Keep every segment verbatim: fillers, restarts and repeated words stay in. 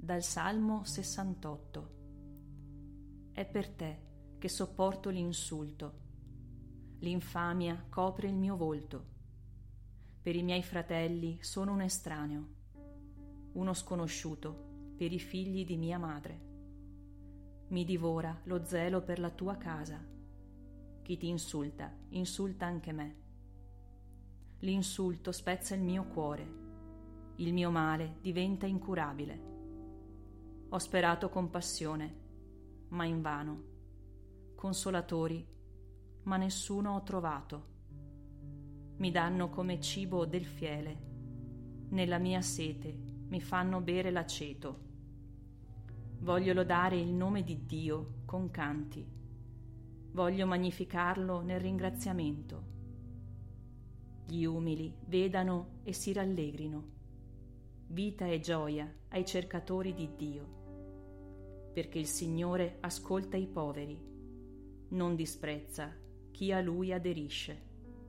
Dal Salmo sessantotto. È per te che sopporto l'insulto. L'infamia copre il mio volto. Per i miei fratelli sono un estraneo, uno sconosciuto per i figli di mia madre. Mi divora lo zelo per la tua casa. Chi ti insulta, insulta anche me. L'insulto spezza il mio cuore. Il mio male diventa incurabile. Ho sperato compassione, ma invano. Consolatori, ma nessuno ho trovato. Mi danno come cibo del fiele. Nella mia sete mi fanno bere l'aceto. Voglio lodare il nome di Dio con canti. Voglio magnificarlo nel ringraziamento. Gli umili vedano e si rallegrino. Vita e gioia ai cercatori di Dio, perché il Signore ascolta i poveri, non disprezza chi a Lui aderisce.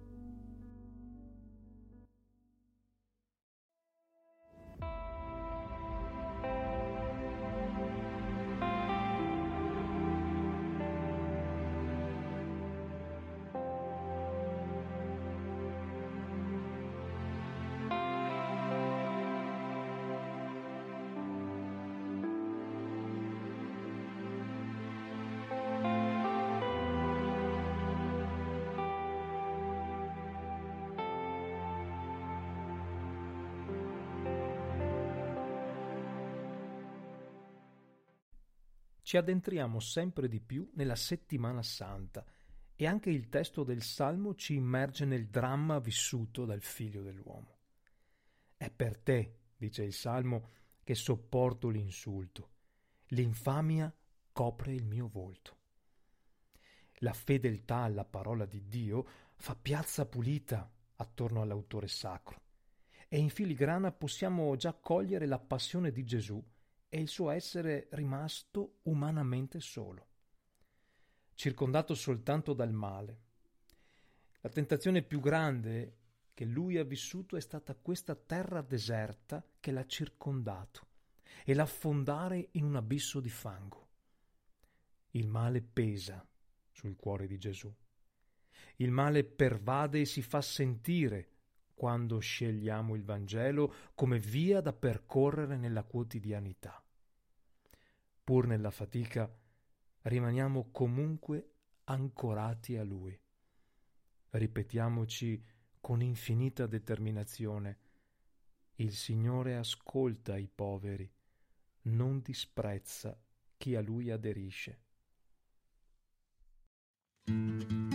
Ci addentriamo sempre di più nella Settimana Santa e anche il testo del Salmo ci immerge nel dramma vissuto dal Figlio dell'uomo. È per te, dice il Salmo, che sopporto l'insulto. L'infamia copre il mio volto. La fedeltà alla parola di Dio fa piazza pulita attorno all'autore sacro e in filigrana possiamo già cogliere la passione di Gesù e il suo essere rimasto umanamente solo, circondato soltanto dal male. La tentazione più grande che lui ha vissuto è stata questa terra deserta che l'ha circondato e l'affondare in un abisso di fango. Il male pesa sul cuore di Gesù. Il male pervade e si fa sentire quando scegliamo il Vangelo come via da percorrere nella quotidianità. Pur nella fatica, rimaniamo comunque ancorati a Lui. Ripetiamoci con infinita determinazione: il Signore ascolta i poveri, non disprezza chi a Lui aderisce.